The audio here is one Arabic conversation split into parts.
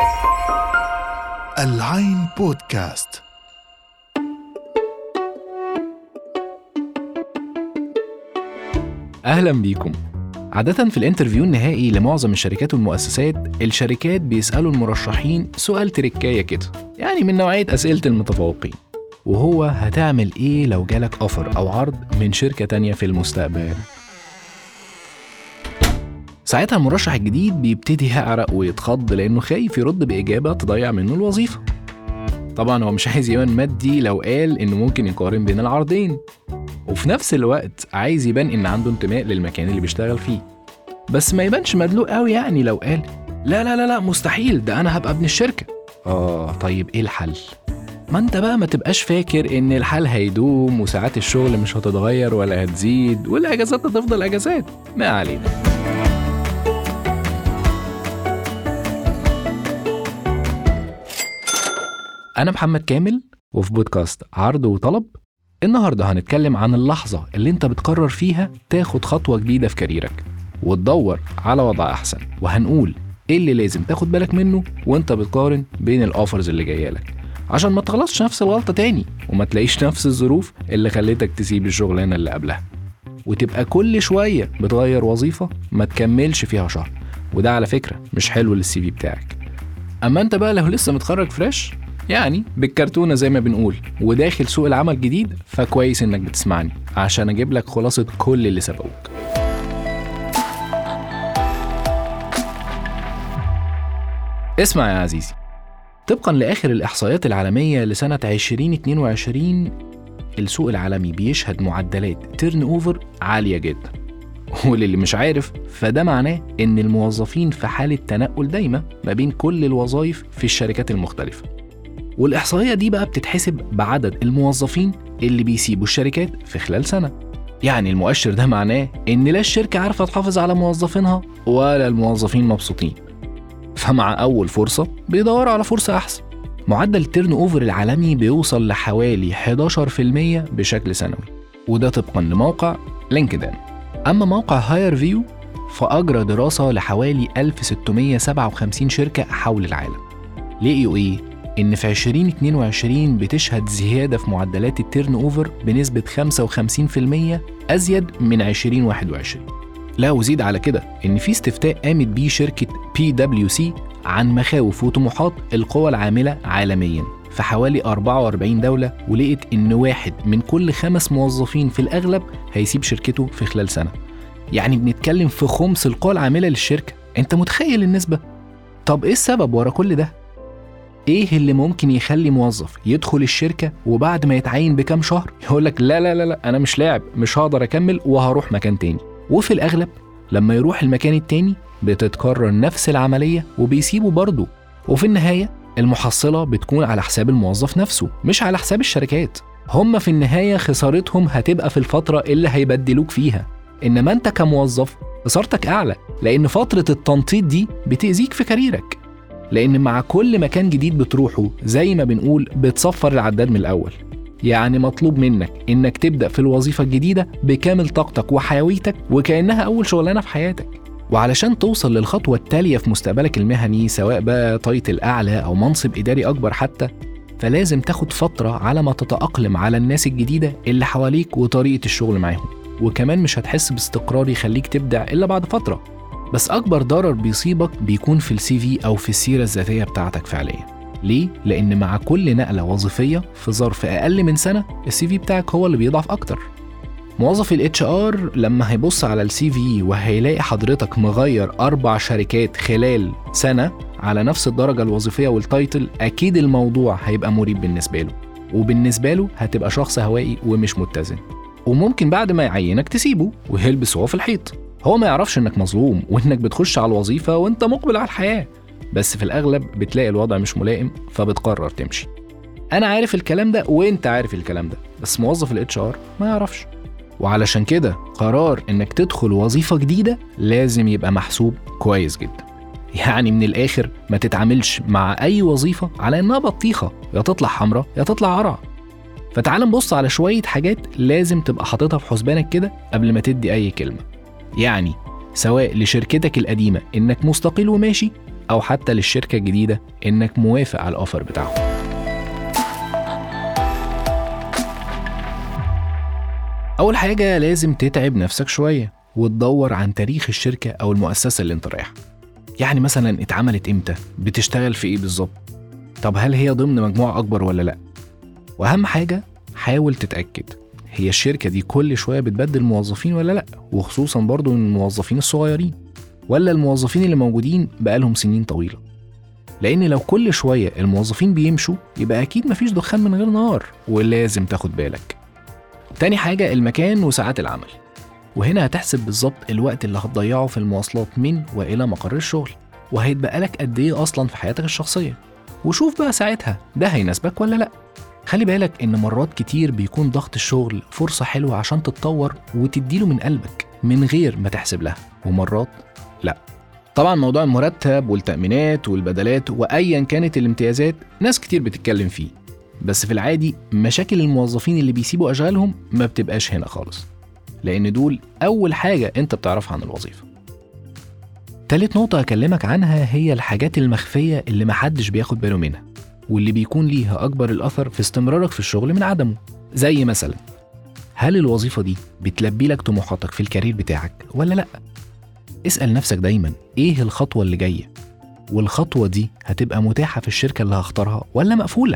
العين بودكاست. أهلا بيكم. عادة في الانترفيو النهائي لمعظم الشركات والمؤسسات، الشركات بيسألوا المرشحين سؤال تركاية كده، يعني من نوعية أسئلة المتفوقين، وهو هتعمل إيه لو جالك أوفر أو عرض من شركة تانية في المستقبل؟ ساعتها المرشح الجديد بيبتدي يعرق ويتخض لأنه خايف يرد بإجابة تضيع منه الوظيفة. طبعا هو مش عايز يبان مادي لو قال إنه ممكن يقارن بين العرضين، وفي نفس الوقت عايز يبان إن عنده انتماء للمكان اللي بيشتغل فيه، بس ما يبانش مدلوق قوي يعني لو قال لا لا لا لا مستحيل، ده أنا هبقى ابن الشركة. طيب إيه الحل؟ ما انت بقى ما تبقاش فاكر إن الحال هيدوم وساعات الشغل مش هتتغير ولا هتزيد والأجازات هتفضل أجازات. ما علينا. أنا محمد كامل، وفي بودكاست عرض وطلب. النهاردة هنتكلم عن اللحظة اللي انت بتقرر فيها تاخد خطوة جديدة في كاريرك وتدور على وضع أحسن، وهنقول ايه اللي لازم تاخد بالك منه وانت بتقارن بين الأوفرز اللي جايالك، عشان ما تغلطش نفس الغلطة تاني وما تلاقيش نفس الظروف اللي خليتك تسيب الشغلانة اللي قبلها، وتبقى كل شوية بتغير وظيفة ما تكملش فيها شهر، وده على فكرة مش حلو للسي في بتاعك. أما انت بقى لو لسه متخرج فريش، يعني بالكرتونة زي ما بنقول، وداخل سوق العمل جديد، فكويس انك بتسمعني عشان اجيب لك خلاصة كل اللي سبقوك. اسمع يا عزيزي، طبقا لآخر الإحصائيات العالمية لسنة 2022، السوق العالمي بيشهد معدلات تيرن اوفر عالية جدا، وللي مش عارف فده معناه ان الموظفين في حالة تنقل دايمة ما بين كل الوظائف في الشركات المختلفة. والإحصائية دي بقى بتتحسب بعدد الموظفين اللي بيسيبوا الشركات في خلال سنة. يعني المؤشر ده معناه إن لا الشركة عارفة تحافظ على موظفينها ولا الموظفين مبسوطين، فمع أول فرصة بيدوروا على فرصة أحسن. معدل التيرن أوفر العالمي بيوصل لحوالي 11% بشكل سنوي، وده طبقا لموقع لينكدين. أما موقع هاير فيو فأجرى دراسة لحوالي 1657 شركة حول العالم، لقيوا إيه؟ إن في 2022 بتشهد زيادة في معدلات التيرن أوفر بنسبة 55% أزيد من 2021. لا وزيد على كده إن في استفتاء قامت بيه شركة PwC عن مخاوف وطموحات القوى العاملة عالمياً في حوالي 44 دولة، ولقيت إن 1 من كل 5 موظفين في الأغلب هيسيب شركته في خلال سنة. يعني بنتكلم في خمس القوى العاملة للشركة. أنت متخيل النسبة؟ طب إيه السبب ورا كل ده؟ ايه اللي ممكن يخلي موظف يدخل الشركة وبعد ما يتعين بكام شهر يقولك لا لا لا لا انا مش لاعب، مش هقدر اكمل وهروح مكان تاني؟ وفي الاغلب لما يروح المكان التاني بتتكرر نفس العملية وبيسيبه برضه، وفي النهاية المحصلة بتكون على حساب الموظف نفسه مش على حساب الشركات. هم في النهاية خسارتهم هتبقى في الفترة اللي هيبدلوك فيها، انما انت كموظف خسارتك اعلى، لان فترة التنطيط دي بتأذيك في كاريرك، لأن مع كل مكان جديد بتروحه زي ما بنقول بتصفر العداد من الأول. يعني مطلوب منك إنك تبدأ في الوظيفة الجديدة بكامل طاقتك وحيويتك وكأنها أول شغلانة في حياتك. وعلشان توصل للخطوة التالية في مستقبلك المهني، سواء بقى تايتل أعلى أو منصب إداري أكبر حتى، فلازم تاخد فترة على ما تتأقلم على الناس الجديدة اللي حواليك وطريقة الشغل معاهم، وكمان مش هتحس باستقرار يخليك تبدع إلا بعد فترة. بس أكبر ضرر بيصيبك بيكون في السي في أو في السيرة الذاتية بتاعتك فعليا. ليه؟ لأن مع كل نقلة وظيفية في ظرف أقل من سنة السي في بتاعك هو اللي بيضعف أكتر. موظف ال HR لما هيبص على السي في وهيلاقي حضرتك مغير 4 شركات خلال سنة على نفس الدرجة الوظيفية والتايتل، أكيد الموضوع هيبقى مريب بالنسبة له، وبالنسبة له هتبقى شخص هوائي ومش متزن، وممكن بعد ما يعينك تسيبه ويلبس هو في الحيط. هو ما يعرفش انك مظلوم وانك بتخش على الوظيفة وانت مقبل على الحياة، بس في الاغلب بتلاقي الوضع مش ملائم فبتقرر تمشي. انا عارف الكلام ده وانت عارف الكلام ده، بس موظف ال HR ما يعرفش. وعلشان كده قرار انك تدخل وظيفة جديدة لازم يبقى محسوب كويس جدا. يعني من الاخر ما تتعاملش مع اي وظيفة على انها بطيخة، يا تطلع حمرة يا تطلع عرق. فتعال نبص على شوية حاجات لازم تبقى حاططها في حسبانك كده قبل ما تدي اي كلمة. يعني سواء لشركتك القديمة إنك مستقل وماشي، أو حتى للشركة الجديدة إنك موافق على الأوفر بتاعهم. أول حاجة لازم تتعب نفسك شوية وتدور عن تاريخ الشركة أو المؤسسة اللي انت رايحها. يعني مثلا اتعملت امتى، بتشتغل في ايه بالظبط، طب هل هي ضمن مجموعة أكبر ولا لأ. وأهم حاجة حاول تتأكد هي الشركة دي كل شوية بتبدل موظفين ولا لأ، وخصوصا برضو من الموظفين الصغيرين ولا الموظفين اللي موجودين بقالهم سنين طويلة. لأن لو كل شوية الموظفين بيمشوا يبقى أكيد مفيش دخان من غير نار، ولازم تاخد بالك. تاني حاجة المكان وساعات العمل، وهنا هتحسب بالظبط الوقت اللي هتضيعه في المواصلات من وإلى مقر الشغل، وهيتبقى لك قد إيه أصلا في حياتك الشخصية، وشوف بقى ساعتها ده هيناسبك ولا لأ. خلي بالك إن مرات كتير بيكون ضغط الشغل فرصة حلوة عشان تتطور وتديله من قلبك من غير ما تحسب لها، ومرات لأ. طبعا موضوع المرتب والتأمينات والبدلات وأيا كانت الامتيازات ناس كتير بتتكلم فيه، بس في العادي مشاكل الموظفين اللي بيسيبوا أشغالهم ما بتبقاش هنا خالص، لأن دول أول حاجة أنت بتعرفها عن الوظيفة. تالت نقطة أكلمك عنها هي الحاجات المخفية اللي محدش بياخد باله منها، واللي بيكون ليها أكبر الأثر في استمرارك في الشغل من عدمه. زي مثلا هل الوظيفة دي بتلبي لك طموحاتك في الكارير بتاعك ولا لأ؟ اسأل نفسك دايما إيه الخطوة اللي جاية، والخطوة دي هتبقى متاحة في الشركة اللي هختارها ولا مقفولة.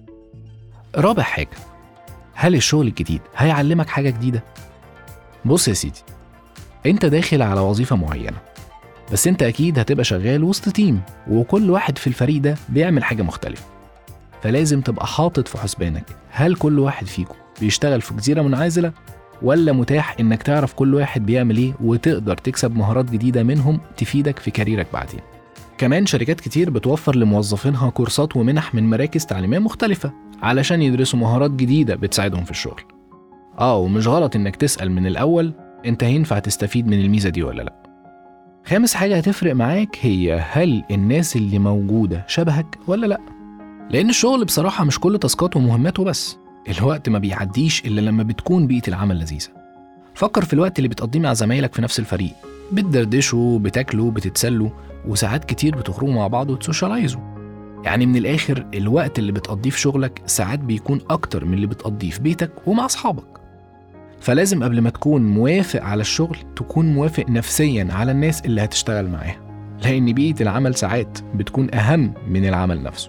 رابع حاجة، هل الشغل الجديد هيعلمك حاجة جديدة؟ بص يا سيدي، انت داخل على وظيفة معينة، بس انت اكيد هتبقى شغال وسط تيم، وكل واحد في الفريق ده بيعمل حاجة مختلفة، فلازم تبقى حاطط في حسبانك هل كل واحد فيكم بيشتغل في جزيرة منعزلة، ولا متاح انك تعرف كل واحد بيعمل ايه وتقدر تكسب مهارات جديدة منهم تفيدك في كاريرك بعدين. كمان شركات كتير بتوفر لموظفينها كورسات ومنح من مراكز تعليمية مختلفة علشان يدرسوا مهارات جديدة بتساعدهم في الشغل. ومش غلط انك تسأل من الأول انت هينفع تستفيد من الميزة دي ولا لا. خامس حاجة هتفرق معاك هي هل الناس اللي موجودة شبهك ولا لا، لأن الشغل بصراحة مش كل تاسكات ومهماته بس، الوقت ما بيعديش إلا لما بتكون بيئة العمل لذيذة. فكر في الوقت اللي بتقضيه مع زمايلك في نفس الفريق، بتدردشوا، بتاكلوا، بتتسلوا، وساعات كتير بتخرجوا مع بعض وتسوشيالايزوا. يعني من الآخر الوقت اللي بتقضيه في شغلك ساعات بيكون أكتر من اللي بتقضيه في بيتك ومع أصحابك. فلازم قبل ما تكون موافق على الشغل تكون موافق نفسياً على الناس اللي هتشتغل معاها، لأن بيئة العمل ساعات بتكون أهم من العمل نفسه.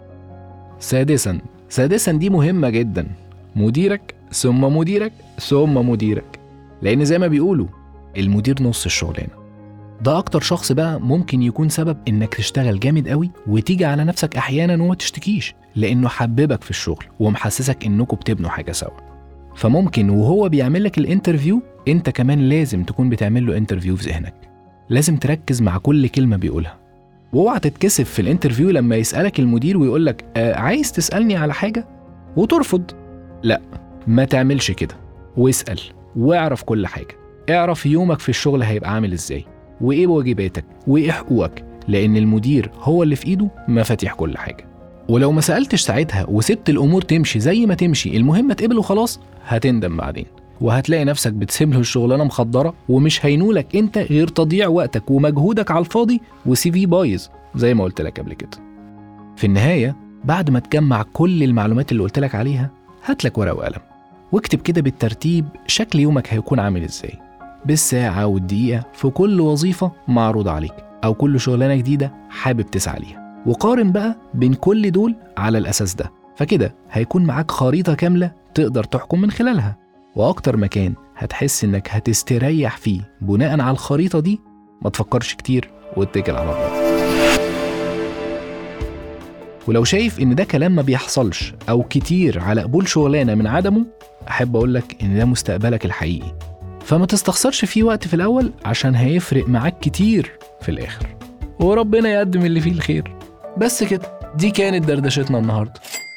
سادساً دي مهمة جداً، مديرك ثم مديرك ثم مديرك، لأن زي ما بيقولوا المدير نص الشغلانة. ده أكتر شخص بقى ممكن يكون سبب إنك تشتغل جامد قوي وتيجي على نفسك أحياناً وما تشتكيش، لأنه حببك في الشغل ومحسسك إنكم بتبنوا حاجة سوا. فممكن وهو بيعمل لك الانترفيو انت كمان لازم تكون بتعمل له انترفيو في ذهنك، لازم تركز مع كل كلمة بيقولها، واوعى تتكسف في الانترفيو لما يسألك المدير ويقول لك عايز تسألني على حاجة وترفض. لا، ما تعملش كده، واسأل واعرف كل حاجة. اعرف يومك في الشغل هيبقى عامل ازاي، وايه واجباتك، وايه حقوقك، لان المدير هو اللي في ايده مفاتيح كل حاجة. ولو ما سألتش ساعتها وسبت الأمور تمشي زي ما تمشي، المهم تقبل وخلاص، هتندم بعدين وهتلاقي نفسك بتسيب له الشغلانة مخدرة، ومش هينولك انت غير تضييع وقتك ومجهودك على الفاضي وسي في بايظ زي ما قلت لك قبل كده. في النهاية بعد ما تجمع كل المعلومات اللي قلت لك عليها، هاتلك ورقة وقلم واكتب كده بالترتيب شكل يومك هيكون عامل ازاي، بالساعة والدقيقة في كل وظيفة معروضة عليك أو كل شغلانة جديدة حابب تسعى ليها، وقارن بقى بين كل دول على الأساس ده. فكده هيكون معاك خريطة كاملة تقدر تحكم من خلالها، وأكتر مكان هتحس إنك هتستريح فيه بناء على الخريطة دي. ما تفكرش كتير واتكل على الله. ولو شايف إن ده كلام ما بيحصلش أو كتير على قبول شغلانة من عدمه، أحب أقولك إن ده مستقبلك الحقيقي، فما تستخسرش فيه وقت في الأول عشان هيفرق معاك كتير في الآخر، وربنا يقدم اللي فيه الخير. بس كده، دي كانت دردشتنا النهاردة.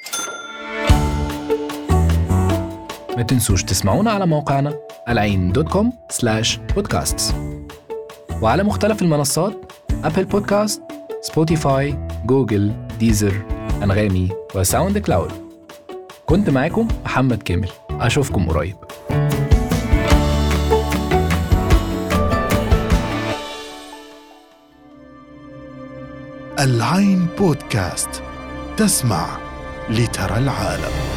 ما تنسوش تسمعونا على موقعنا العين.com/podcasts، وعلى مختلف المنصات أبل بودكاست، سبوتيفاي، جوجل، ديزر، أنغامي وساوند كلاود. كنت معاكم محمد كامل، أشوفكم قريب. العين بودكاست. تسمع لترى العالم.